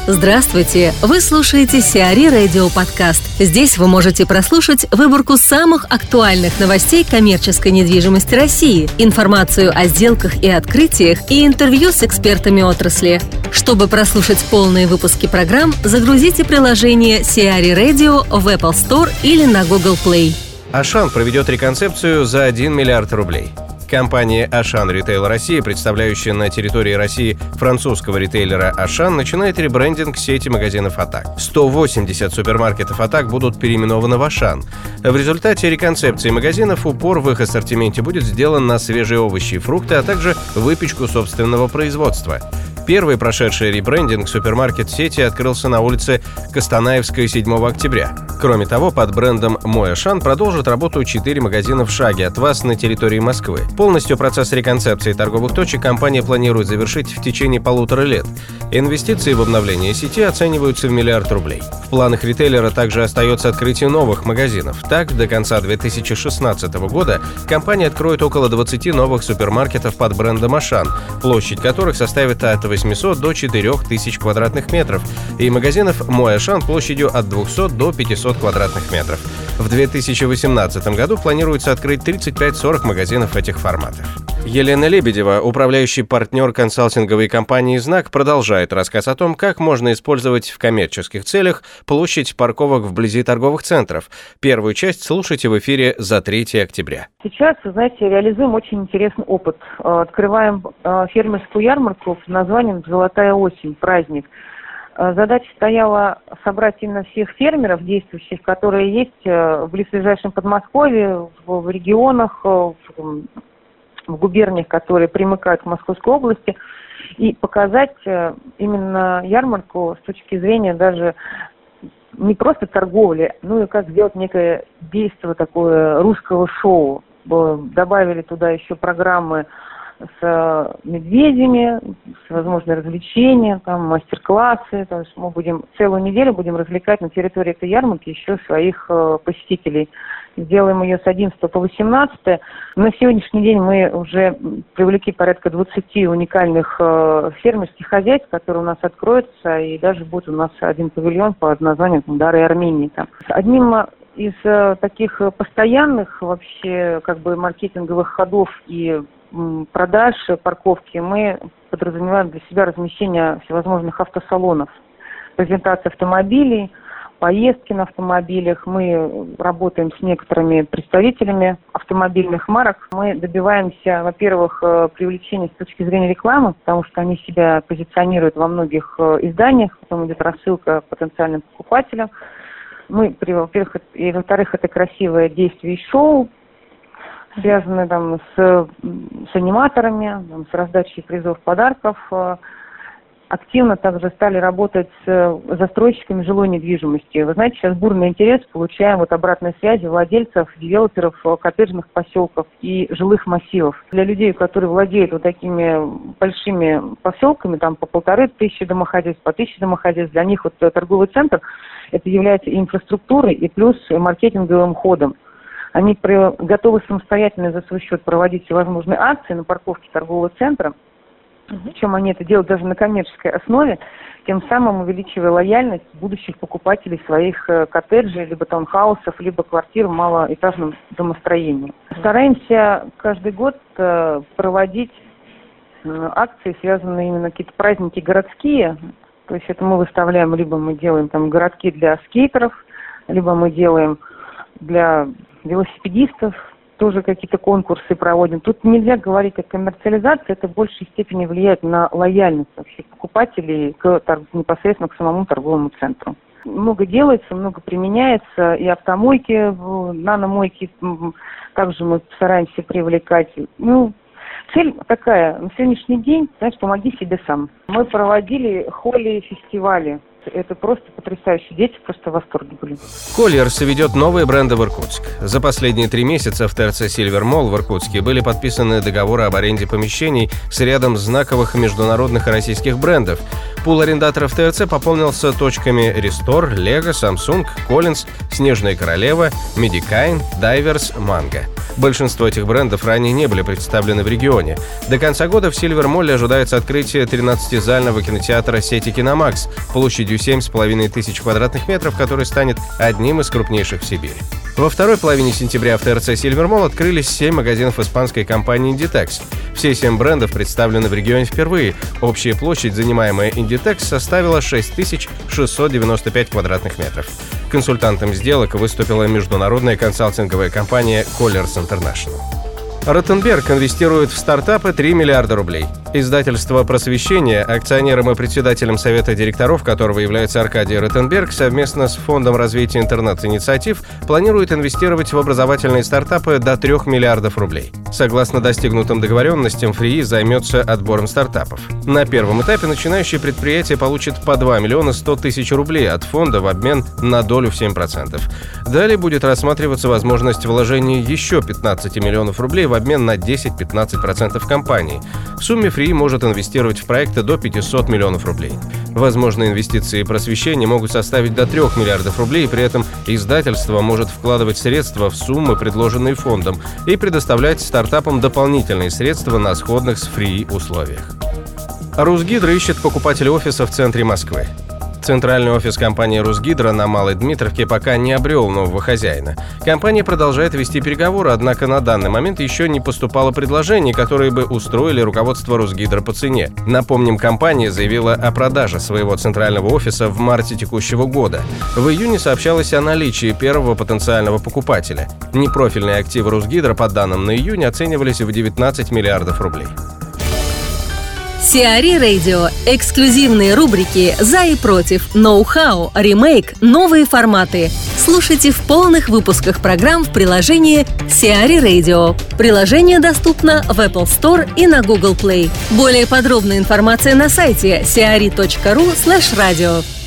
Здравствуйте! Вы слушаете Сиари Радио Подкаст. Здесь вы можете прослушать выборку самых актуальных новостей коммерческой недвижимости России, информацию о сделках и открытиях и интервью с экспертами отрасли. Чтобы прослушать полные выпуски программ, загрузите приложение Сиари Radio в Apple Store или на Google Play. Ашан проведет реконцепцию за 1 миллиард рублей. Компания Ашан Ритейл России, представляющая на территории России французского ритейлера Ашан, начинает ребрендинг сети магазинов Атак. 180 супермаркетов Атак будут переименованы в Ашан. В результате реконцепции магазинов упор в их ассортименте будет сделан на свежие овощи и фрукты, а также выпечку собственного производства. Первый прошедший ребрендинг супермаркет-сети открылся на улице Костанаевская 7 октября. Кроме того, под брендом «Мой Ашан» продолжит работу 4 магазина в шаге от вас на территории Москвы. Полностью процесс реконцепции торговых точек компания планирует завершить в течение 1,5 лет. Инвестиции в обновление сети оцениваются в 1 миллиард рублей. В планах ритейлера также остается открытие новых магазинов. Так, до конца 2016 года компания откроет около 20 новых супермаркетов под брендом «Ашан», площадь которых составит от 800 до 4000 квадратных метров, и магазинов «Мой Ашан» площадью от 200 до 500 квадратных метров. В 2018 году планируется открыть 35-40 магазинов этих форматов. Елена Лебедева, управляющий партнер консалтинговой компании «Знак», продолжает рассказ о том, как можно использовать в коммерческих целях площадь парковок вблизи торговых центров. Первую часть слушайте в эфире за 3 октября. Сейчас, знаете, реализуем очень интересный опыт. Открываем фермерскую ярмарку с названием «Золотая осень», праздник. Задача стояла собрать именно всех фермеров действующих, которые есть в близлежащем Подмосковье, в регионах, в губерниях, которые примыкают к Московской области, и показать именно ярмарку с точки зрения даже не просто торговли, но и как сделать некое действие такое русского шоу. Добавили туда еще программы с медведями, с возможными развлечения, там мастер-классы. То есть мы будем целую неделю развлекать на территории этой ярмарки еще своих посетителей. Сделаем ее с 11 по 18. На сегодняшний день мы уже привлекли порядка 20 уникальных фермерских хозяйств, которые у нас откроются, и даже будет у нас один павильон под названием «Дары Армении». Там. Одним из таких постоянных вообще маркетинговых ходов и продаж парковки мы подразумеваем для себя размещение всевозможных автосалонов, презентация автомобилей, поездки на автомобилях. Мы работаем с некоторыми представителями автомобильных марок. Мы добиваемся, во-первых, привлечения с точки зрения рекламы, потому что они себя позиционируют во многих изданиях, потом идет рассылка потенциальным покупателям. Мы, во-первых, и во-вторых, это красивое действие и шоу, связанные там с аниматорами, с раздачей призов, подарков. Активно также стали работать с застройщиками жилой недвижимости. Вы знаете, сейчас бурный интерес получаем обратной связи владельцев, девелоперов коттеджных поселков и жилых массивов. Для людей, которые владеют такими большими поселками, там по 1500 домохозяйств, по 1000 домохозяйств, для них торговый центр это является и инфраструктурой, и плюс маркетинговым ходом. Они готовы самостоятельно за свой счет проводить всевозможные акции на парковке торгового центра. Причем они это делают даже на коммерческой основе, тем самым увеличивая лояльность будущих покупателей своих коттеджей, либо таунхаусов, либо квартир в малоэтажном домостроении. Стараемся каждый год проводить акции, связанные именно какие-то праздники городские. То есть это мы выставляем, либо мы делаем там городки для скейтеров, либо мы делаем для велосипедистов, тоже какие-то конкурсы проводим. Тут нельзя говорить о коммерциализации, это в большей степени влияет на лояльность вообще покупателей непосредственно к самому торговому центру. Много делается, много применяется, и автомойки, наномойки также мы стараемся привлекать. Цель такая, на сегодняшний день, знаешь, помоги себе сам. Мы проводили холли-фестивали. Это просто потрясающе. Дети просто в восторге были. Colliers ведет новые бренды в Иркутск. За последние 3 месяца в ТРЦ «Сильвер Молл» в Иркутске были подписаны договоры об аренде помещений с рядом знаковых международных и российских брендов. Пул арендаторов ТРЦ пополнился точками Restore, Lego, Samsung, Collins, Снежная королева, Medikine, Divers, Mango. Большинство этих брендов ранее не были представлены в регионе. До конца года в Сильвер-Молле ожидается открытие 13-зального кинотеатра сети «Киномакс» площадью 7,5 тысяч квадратных метров, который станет одним из крупнейших в Сибири. Во второй половине сентября в ТРЦ «Сильвер-Молл» открылись 7 магазинов испанской компании Inditex. Все 7 брендов представлены в регионе впервые. Общая площадь, занимаемая Inditex, составила 6695 квадратных метров. Консультантом сделок выступила международная консалтинговая компания Colliers International. Ротенберг инвестирует в стартапы 3 миллиарда рублей. Издательство «Просвещение», акционером и председателем совета директоров которого является Аркадий Ротенберг, совместно с Фондом развития интернет-инициатив планирует инвестировать в образовательные стартапы до 3 миллиардов рублей. Согласно достигнутым договоренностям, Free займется отбором стартапов. На первом этапе начинающие предприятия получат по 2 миллиона 100 тысяч рублей от фонда в обмен на долю в 7%. Далее будет рассматриваться возможность вложения еще 15 миллионов рублей в обмен на 10-15% компании. В сумме Free может инвестировать в проекты до 500 миллионов рублей. Возможные инвестиции Просвещения могут составить до 3 миллиардов рублей, при этом издательство может вкладывать средства в суммы, предложенные фондом, и предоставлять стартапам дополнительные средства на сходных с Free условиях. Русгидро ищет покупателя офиса в центре Москвы. Центральный офис компании «Русгидро» на Малой Дмитровке пока не обрел нового хозяина. Компания продолжает вести переговоры, однако на данный момент еще не поступало предложений, которые бы устроили руководство «Русгидро» по цене. Напомним, компания заявила о продаже своего центрального офиса в марте текущего года. В июне сообщалось о наличии первого потенциального покупателя. Непрофильные активы «Русгидро» по данным на июнь оценивались в 19 миллиардов рублей. Сиари Радио. Эксклюзивные рубрики «За и против», «Ноу-хау», «Ремейк», «Новые форматы». Слушайте в полных выпусках программ в приложении Сиари Radio. Приложение доступно в Apple Store и на Google Play. Более подробная информация на сайте siari.ru/radio.